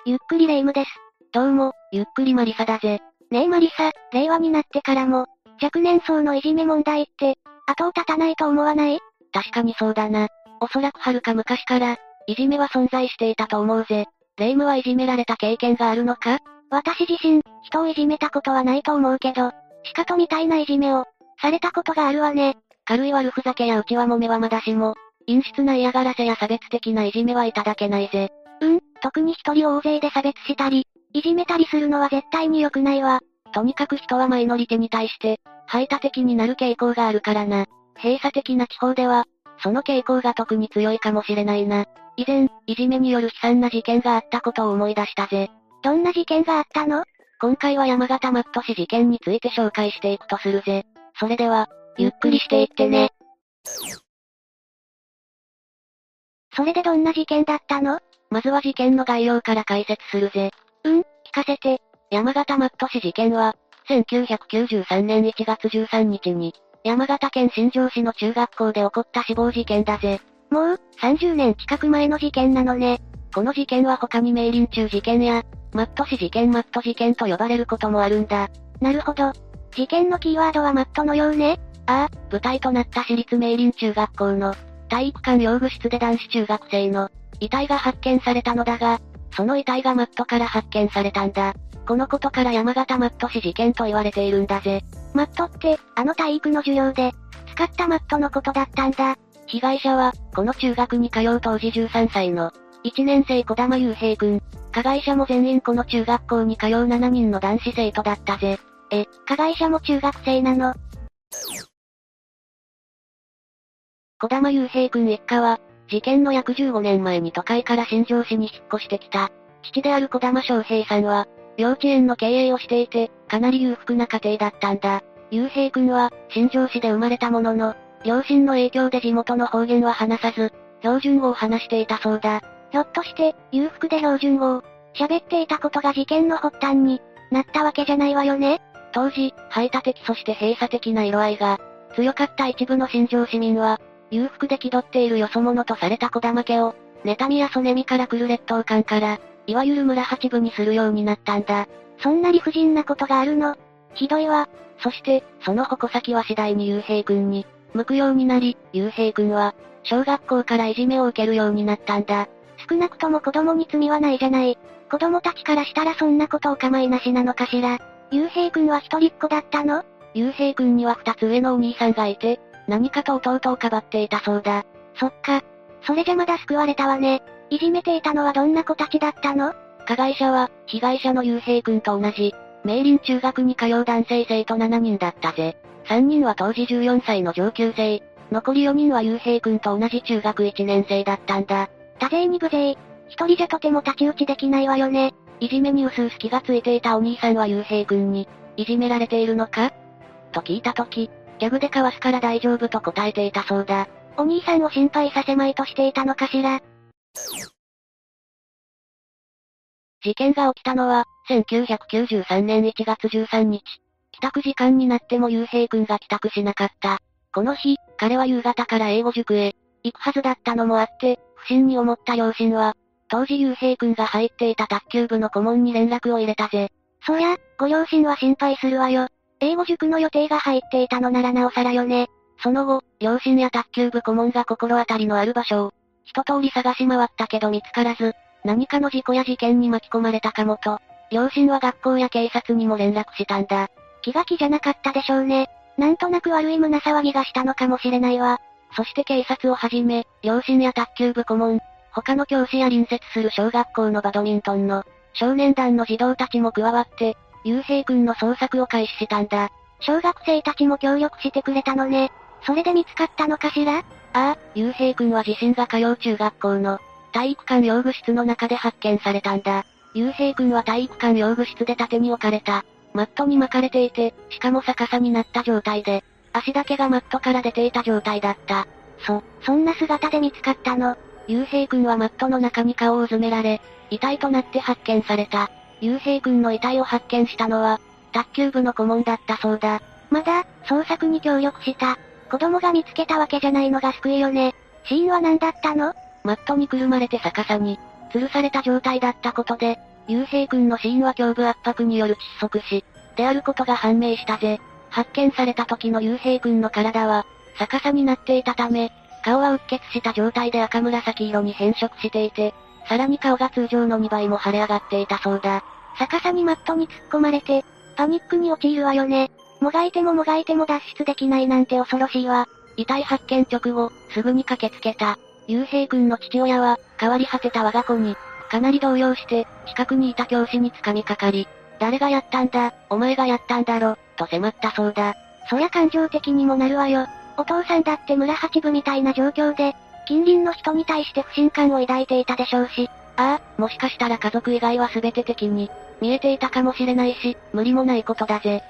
ゆっくりレ夢ムです。 どうも、ゆっくりマリサだぜ。 ねえマリサ、令和になってからも、若年層のいじめ問題って、後を絶たないと思わない？ 確かにそうだな。おそらく遥か昔から、いじめは存在していたと思うぜ。レ夢ムはいじめられた経験があるのか？ 私自身、人をいじめたことはないと思うけど、しかとみたいないじめを、されたことがあるわね。 軽い悪ふざけや内輪もめはまだしも、陰湿な嫌がらせや差別的ないじめはいただけないぜ。 特に一人を大勢で差別したり、いじめたりするのは絶対に良くないわ。 とにかく人はマイノリティに対して、排他的になる傾向があるからな。閉鎖的な地方では、その傾向が特に強いかもしれないな。以前、いじめによる悲惨な事件があったことを思い出したぜ。 どんな事件があったの？ 今回は山形マット市事件について紹介していくとするぜ。それでは、ゆっくりしていってね。 それでどんな事件だったの？ まずは事件の概要から解説するぜ。 聞かせて。 山形マット市事件は、1993年1月13日に、山形県新庄市の中学校で起こった死亡事件だぜ。 もう、30年近く前の事件なのね。 この事件は他に明林中事件や、マット市事件マット事件と呼ばれることもあるんだ。 なるほど。事件のキーワードはマットのようね。 ああ、舞台となった市立明林中学校の、体育館用具室で男子中学生の、遺体が発見されたのだが、その遺体がマットから発見されたんだ。このことから山形マット市事件と言われているんだぜ。 マットって、あの体育の授業で、使ったマットのことだったんだ。 被害者は、この中学に通う当時13歳の、1年生小玉雄平くん。加害者も全員この中学校に通う7人の男子生徒だったぜ。 加害者も中学生なの？ 小玉雄平くん一家は、事件の約15年前に都会から新庄市に引っ越してきた。父である小玉翔平さんは、幼稚園の経営をしていて、かなり裕福な家庭だったんだ。雄平くんは、新庄市で生まれたものの、両親の影響で地元の方言は話さず、標準語を話していたそうだ。 ひょっとして、裕福で標準語を、喋っていたことが事件の発端に、なったわけじゃないわよね？ 当時、排他的そして閉鎖的な色合いが、強かった一部の新庄市民は、裕福で気取っているよそ者とされた小玉家を、妬みやそねみから来る劣等感から、いわゆる村八分にするようになったんだ。 そんな理不尽なことがあるの？ひどいわ。 そして、その矛先は次第に雄平くんに、向くようになり、雄平くんは、小学校からいじめを受けるようになったんだ。 少なくとも子供に罪はないじゃない。子供たちからしたらそんなことお構いなしなのかしら。雄平くんは一人っ子だったの？ 雄平くんには2つ上のお兄さんがいて、何かと弟をかばっていたそうだ。 そっか。それじゃまだ救われたわね。いじめていたのはどんな子たちだったの？ 加害者は、被害者の雄平くんと同じ、明林中学に通う男性生徒7人だったぜ。3人は当時14歳の上級生。残り4人は雄平くんと同じ中学1年生だったんだ。 多勢に無勢。一人じゃとても太刀打ちできないわよね。 いじめに薄々気がついていたお兄さんは雄平くんに、いじめられているのかと聞いたとき、ギャグでかわすから大丈夫と答えていたそうだ。 お兄さんを心配させまいとしていたのかしら。 事件が起きたのは、1993年1月13日。帰宅時間になっても雄平くんが帰宅しなかった。この日、彼は夕方から英語塾へ、行くはずだったのもあって、不審に思った両親は、当時雄平くんが入っていた卓球部の顧問に連絡を入れたぜ。 そりゃ、ご両親は心配するわよ。英語塾の予定が入っていたのならなおさらよね。 その後、両親や卓球部顧問が心当たりのある場所を、一通り探し回ったけど見つからず、何かの事故や事件に巻き込まれたかもと、両親は学校や警察にも連絡したんだ。 気が気じゃなかったでしょうね。なんとなく悪い胸騒ぎがしたのかもしれないわ。 そして警察をはじめ、両親や卓球部顧問、他の教師や隣接する小学校のバドミントンの少年団の児童たちも加わって、雄平くんの捜索を開始したんだ。 小学生たちも協力してくれたのね。それで見つかったのかしら？ ああ、雄平くんは自身が通う中学校の体育館用具室の中で発見されたんだ。雄平くんは体育館用具室で縦に置かれたマットに巻かれていて、しかも逆さになった状態で、足だけがマットから出ていた状態だった。 そんな姿で見つかったの？ 雄平くんはマットの中に顔をうずめられ、遺体となって発見された。雄平くんの遺体を発見したのは、卓球部の顧問だったそうだ。 まだ、捜索に協力した。子供が見つけたわけじゃないのが救いよね。死因は何だったの？ マットにくるまれて逆さに、 吊るされた状態だったことで、ゆうへいくんの死因は胸部圧迫による窒息死、であることが判明したぜ。発見された時のゆうへいくんの体は、逆さになっていたため、顔はうっ血した状態で赤紫色に変色していて、さらに顔が通常の2倍も腫れ上がっていたそうだ。 逆さにマットに突っ込まれて、パニックに陥るわよね。もがいても脱出できないなんて恐ろしいわ。 遺体発見直後、すぐに駆けつけた。ゆうへいくんの父親は、変わり果てた我が子に、かなり動揺して、近くにいた教師に掴みかかり、誰がやったんだ、お前がやったんだろ、と迫ったそうだ。 そりゃ感情的にもなるわよ。お父さんだって村八部みたいな状況で、近隣の人に対して不信感を抱いていたでしょうし。 ああ、もしかしたら家族以外は全て敵に、見えていたかもしれないし、無理もないことだぜ。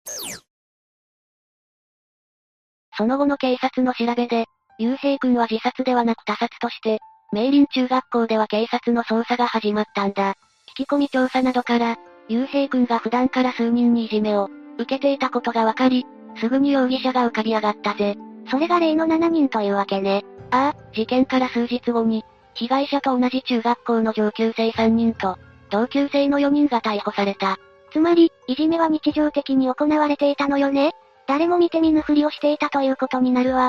その後の警察の調べで、ゆうへいくんは自殺ではなく他殺として、明林中学校では警察の捜査が始まったんだ。聞き込み調査などから、ゆうへいくんが普段から数人にいじめを受けていたことが分かり、すぐに容疑者が浮かび上がったぜ。 それが例の7人というわけね。 ああ、事件から数日後に、被害者と同じ中学校の上級生3人と、同級生の4人が逮捕された。 つまり、いじめは日常的に行われていたのよね。誰も見て見ぬふりをしていたということになるわ。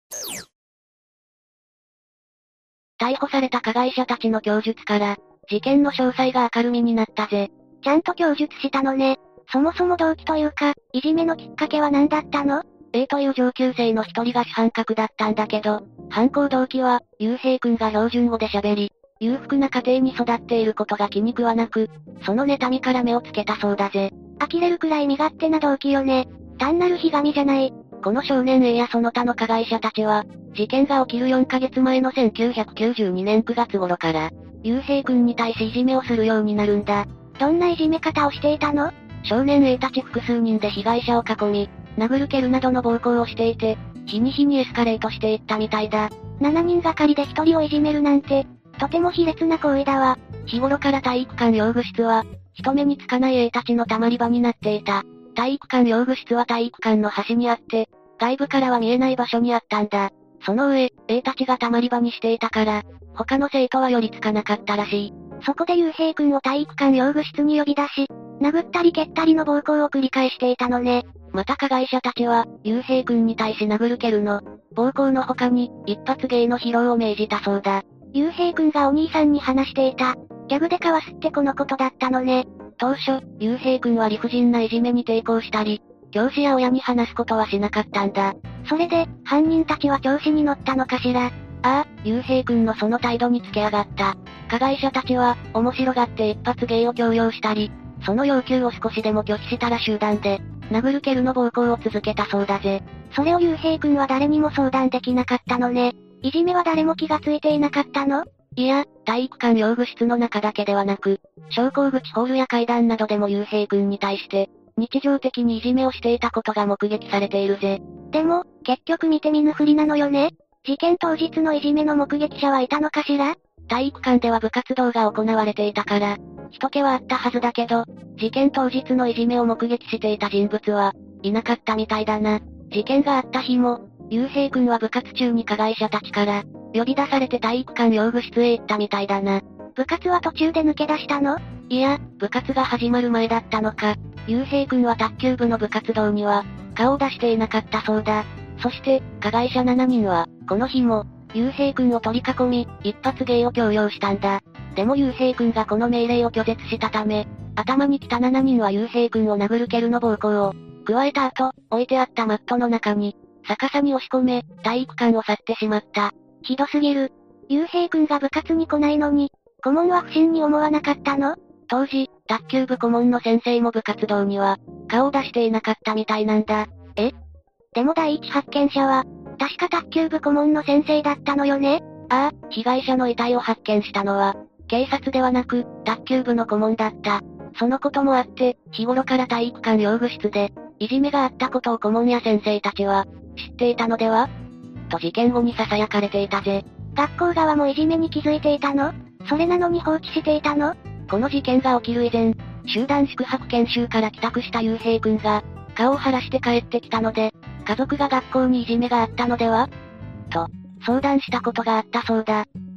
逮捕された加害者たちの供述から、事件の詳細が明るみになったぜ。 ちゃんと供述したのね。そもそも動機というか、いじめのきっかけは何だったの？ A という上級生の一人が主犯格だったんだけど、犯行動機は、ゆうへいくんが標準語で喋り、裕福な家庭に育っていることが気に食わなく、その妬みから目をつけたそうだぜ。 呆れるくらい身勝手な動機よね。単なるひがみじゃない。 この少年 A やその他の加害者たちは、事件が起きる4ヶ月前の1992年9月頃から、ゆうへいくんに対しいじめをするようになるんだ。 どんないじめ方をしていたの？ 少年 A たち複数人で被害者を囲み、殴る蹴るなどの暴行をしていて、日に日にエスカレートしていったみたいだ。 7人がかりで1人をいじめるなんて、とても卑劣な行為だわ。 日頃から体育館用具室は、人目につかない A たちの溜まり場になっていた。体育館用具室は体育館の端にあって、外部からは見えない場所にあったんだ。その上、A たちが溜まり場にしていたから、他の生徒は寄りつかなかったらしい。 そこでゆうへいくんを体育館用具室に呼び出し、殴ったり蹴ったりの暴行を繰り返していたのね。 また加害者たちは、ゆうへいくんに対し殴る蹴るの、暴行の他に、一発芸の披露を命じたそうだ。 ゆうへいくんがお兄さんに話していた。ギャグでかわすってこのことだったのね。 当初、ゆうへいくんは理不尽ないじめに抵抗したり、教師や親に話すことはしなかったんだ。 それで、犯人たちは調子に乗ったのかしら。 ああ、ゆうへいくんのその態度につけ上がった。加害者たちは、面白がって一発芸を強要したり、その要求を少しでも拒否したら集団で、殴る蹴るの暴行を続けたそうだぜ。 それをゆうへいくんは誰にも相談できなかったのね。いじめは誰も気がついていなかったの？ いや、体育館用具室の中だけではなく、昇降口ホールや階段などでもゆうへいくんに対して、日常的にいじめをしていたことが目撃されているぜ。 でも、結局見て見ぬふりなのよね。事件当日のいじめの目撃者はいたのかしら？ 体育館では部活動が行われていたから、人気はあったはずだけど、事件当日のいじめを目撃していた人物は、いなかったみたいだな。事件があった日も、ゆうへいくんは部活中に加害者たちから、呼び出されて体育館用具室へ行ったみたいだな。 部活は途中で抜け出したの？ いや、部活が始まる前だったのか、ゆうへいくんは卓球部の部活動には、顔を出していなかったそうだ。そして、加害者7人は、この日も、ゆうへいくんを取り囲み、一発芸を強要したんだ。でもゆうへいくんがこの命令を拒絶したため、頭に来た7人はゆうへいくんを殴る蹴るの暴行を、加えた後、置いてあったマットの中に、逆さに押し込め、体育館を去ってしまった。 ひどすぎる。ゆうへいくんが部活に来ないのに、顧問は不審に思わなかったの？ 当時、卓球部顧問の先生も部活動には、顔を出していなかったみたいなんだ。 え？でも第一発見者は、確か卓球部顧問の先生だったのよね？ ああ、被害者の遺体を発見したのは、警察ではなく、卓球部の顧問だった。そのこともあって、日頃から体育館用具室で、いじめがあったことを顧問や先生たちは、知っていたのでは？と事件後に囁かれていたぜ。 学校側もいじめに気づいていたの？それなのに放置していたの？ この事件が起きる以前、集団宿泊研修から帰宅したゆうへいくんが、顔を晴らして帰ってきたので、家族が学校にいじめがあったのでは？と、相談したことがあったそうだ。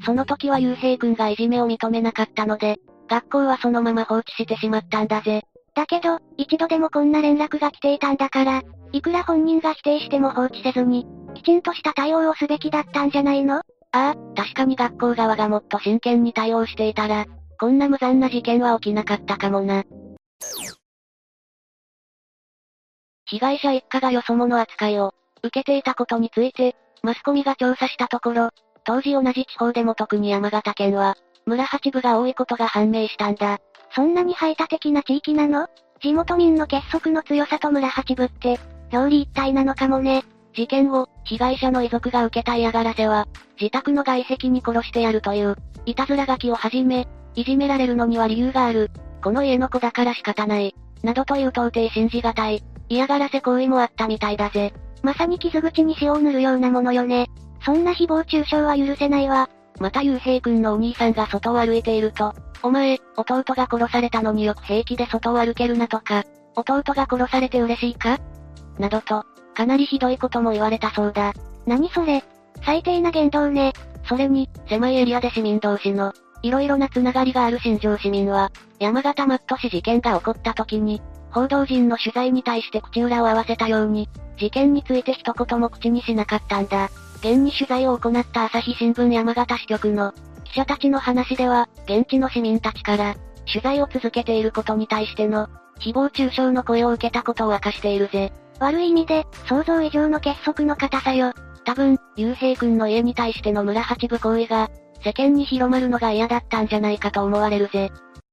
その時はゆうへいくんがいじめを認めなかったので、学校はそのまま放置してしまったんだぜ。 だけど、一度でもこんな連絡が来ていたんだから、いくら本人が否定しても放置せずに、きちんとした対応をすべきだったんじゃないの？ ああ、確かに学校側がもっと真剣に対応していたら、こんな無残な事件は起きなかったかもな。被害者一家がよそ者扱いを受けていたことについて、マスコミが調査したところ、当時同じ地方でも特に山形県は、村八部が多いことが判明したんだ。 そんなに排他的な地域なの？地元民の結束の強さと村八部って、表裏一体なのかもね。 事件後、被害者の遺族が受けた嫌がらせは、自宅の外壁に殺してやるという、いたずら書きをはじめ、いじめられるのには理由がある。この家の子だから仕方ない。などという到底信じがたい、嫌がらせ行為もあったみたいだぜ。 まさに傷口に塩を塗るようなものよね。そんな誹謗中傷は許せないわ。 またゆうへいくんのお兄さんが外を歩いていると、お前、弟が殺されたのによく平気で外を歩けるなとか、弟が殺されて嬉しいかなどと、かなりひどいことも言われたそうだ。 何それ？最低な言動ね。 それに、狭いエリアで市民同士の、色々な繋がりがある新庄市民は、山形マット市事件が起こった時に、報道陣の取材に対して口裏を合わせたように、事件について一言も口にしなかったんだ。現に取材を行った朝日新聞山形支局の記者たちの話では、現地の市民たちから、取材を続けていることに対しての、誹謗中傷の声を受けたことを明かしているぜ。 悪い意味で、想像以上の結束の固さよ。 多分、ゆうへいくんの家に対しての村八部行為が、世間に広まるのが嫌だったんじゃないかと思われるぜ。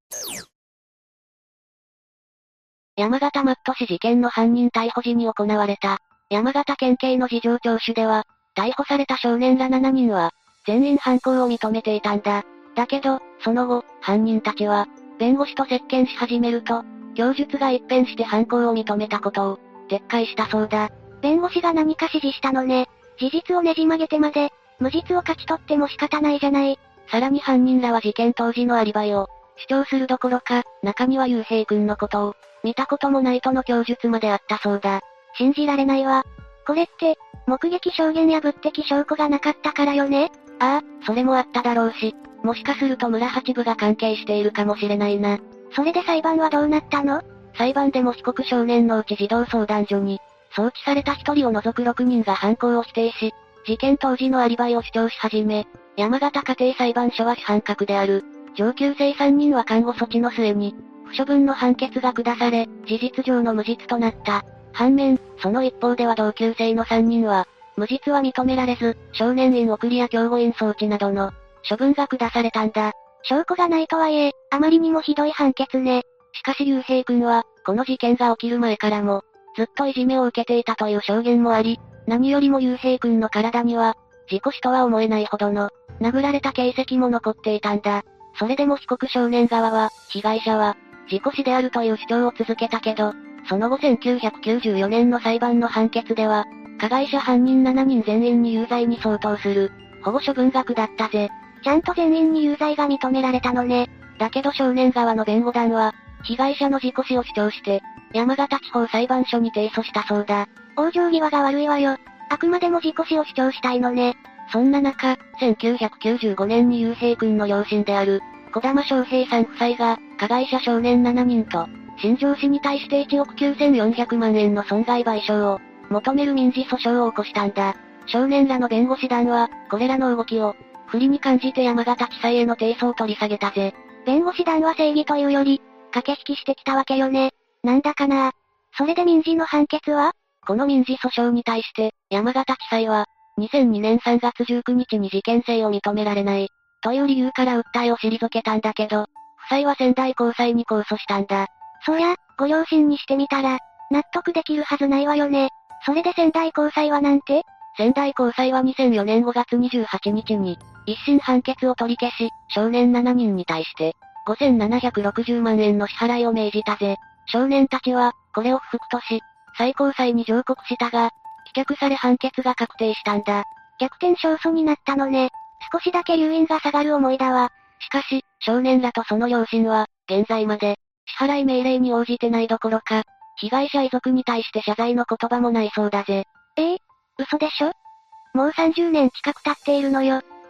山形マット市事件の犯人逮捕時に行われた、山形県警の事情聴取では、逮捕された少年ら7人は、全員犯行を認めていたんだ。だけど、その後、犯人たちは、弁護士と接見し始めると、供述が一変して犯行を認めたことを、撤回したそうだ。 弁護士が何か指示したのね。事実をねじ曲げてまで、無実を勝ち取っても仕方ないじゃない。 さらに犯人らは事件当時のアリバイを、主張するどころか、中にはゆうへいくんのことを、見たこともないとの供述まであったそうだ。 信じられないわ。これって、目撃証言や物的証拠がなかったからよね。 ああ、それもあっただろうし、もしかすると村八部が関係しているかもしれないな。 それで裁判はどうなったの？ 裁判でも被告少年のうち児童相談所に、送致された1人を除く6人が犯行を否定し、事件当時のアリバイを主張し始め、山形家庭裁判所は主犯格である、上級生3人は監護措置の末に、不処分の判決が下され、事実上の無実となった。反面、その一方では同級生の3人は、無実は認められず、少年院送りや教護院送致などの、処分が下されたんだ。 証拠がないとはいえ、あまりにもひどい判決ね。 しかしゆうへいくんは、この事件が起きる前からも、ずっといじめを受けていたという証言もあり、何よりもゆうへいくんの体には、事故死とは思えないほどの、殴られた形跡も残っていたんだ。それでも被告少年側は、被害者は、事故死であるという主張を続けたけど、その後1994年の裁判の判決では、加害者犯人7人全員に有罪に相当する、保護処分が下ったぜ。 ちゃんと全員に有罪が認められたのね。 だけど少年側の弁護団は、被害者の事故死を主張して、山形地方裁判所に提訴したそうだ。 往生際が悪いわよ。あくまでも事故死を主張したいのね。 そんな中、1995年にゆうへいくんの両親である、児玉翔平さん夫妻が、加害者少年7人と、新庄市に対して1億9400万円の損害賠償を、求める民事訴訟を起こしたんだ。少年らの弁護士団は、これらの動きを、不利に感じて山形地裁への提訴を取り下げたぜ。 弁護士団は正義というより、駆け引きしてきたわけよね。なんだかな。それで民事の判決は？ この民事訴訟に対して、山形地裁は、2002年3月19日に事件性を認められない、という理由から訴えを退けたんだけど、夫妻は仙台高裁に控訴したんだ。 そりゃ、ご両親にしてみたら、納得できるはずないわよね。それで仙台高裁はなんて？ 仙台高裁は2004年5月28日に、一審判決を取り消し、少年7人に対して、5760万円の支払いを命じたぜ。少年たちは、これを不服とし、最高裁に上告したが、棄却され判決が確定したんだ。 逆転勝訴になったのね。少しだけ留飲が下がる思いだわ。 しかし、少年らとその両親は、現在まで、支払い命令に応じてないどころか、被害者遺族に対して謝罪の言葉もないそうだぜ。 嘘でしょ？もう30年近く経っているのよ。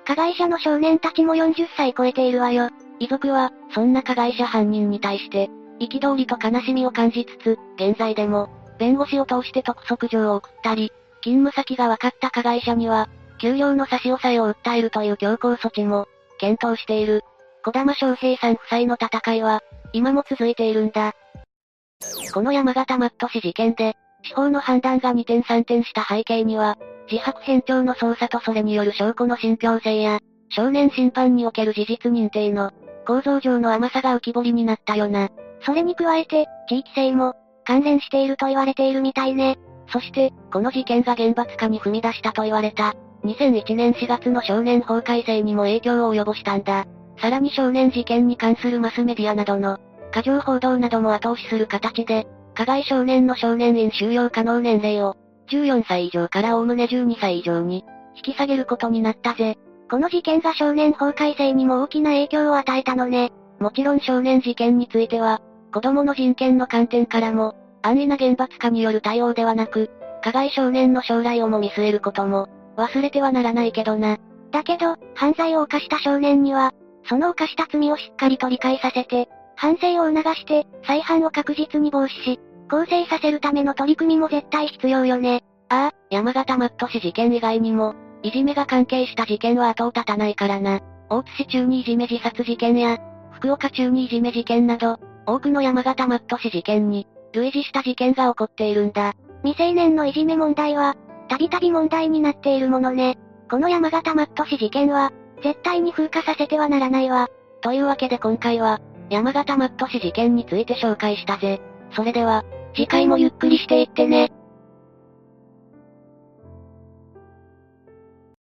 加害者の少年たちも40歳超えているわよ。 遺族は、そんな加害者犯人に対して、憤りと悲しみを感じつつ、現在でも、弁護士を通して督促状を送ったり、勤務先が分かった加害者には、給料の差し押さえを訴えるという強行措置も、検討している。児玉翔平さん夫妻の戦いは、今も続いているんだ。この山形マット氏事件で、司法の判断が二転三転した背景には、自白偏重の捜査とそれによる証拠の信憑性や、少年審判における事実認定の、構造上の甘さが浮き彫りになったよな。 それに加えて、地域性も、関連していると言われているみたいね。 そして、この事件が厳罰化に踏み出したと言われた、2001年4月の少年法改正にも影響を及ぼしたんだ。さらに少年事件に関するマスメディアなどの、過剰報道なども後押しする形で、加害少年の少年院収容可能年齢を、14歳以上からおおむね12歳以上に、引き下げることになったぜ。 この事件が少年法改正にも大きな影響を与えたのね。 もちろん少年事件については、子供の人権の観点からも、安易な厳罰化による対応ではなく、加害少年の将来をも見据えることも、忘れてはならないけどな。 だけど、犯罪を犯した少年には、その犯した罪をしっかりと理解させて、反省を促して、再犯を確実に防止し、更生させるための取り組みも絶対必要よね。 ああ、山形マット氏事件以外にも、いじめが関係した事件は後を絶たないからな。大津市中にいじめ自殺事件や、福岡中にいじめ事件など、多くの山形マット氏事件に、類似した事件が起こっているんだ。 未成年のいじめ問題は、たびたび問題になっているものね。この山形マット氏事件は、絶対に風化させてはならないわ。 というわけで今回は、山形マット氏事件について紹介したぜ。それでは、次回もゆっくりしていってね。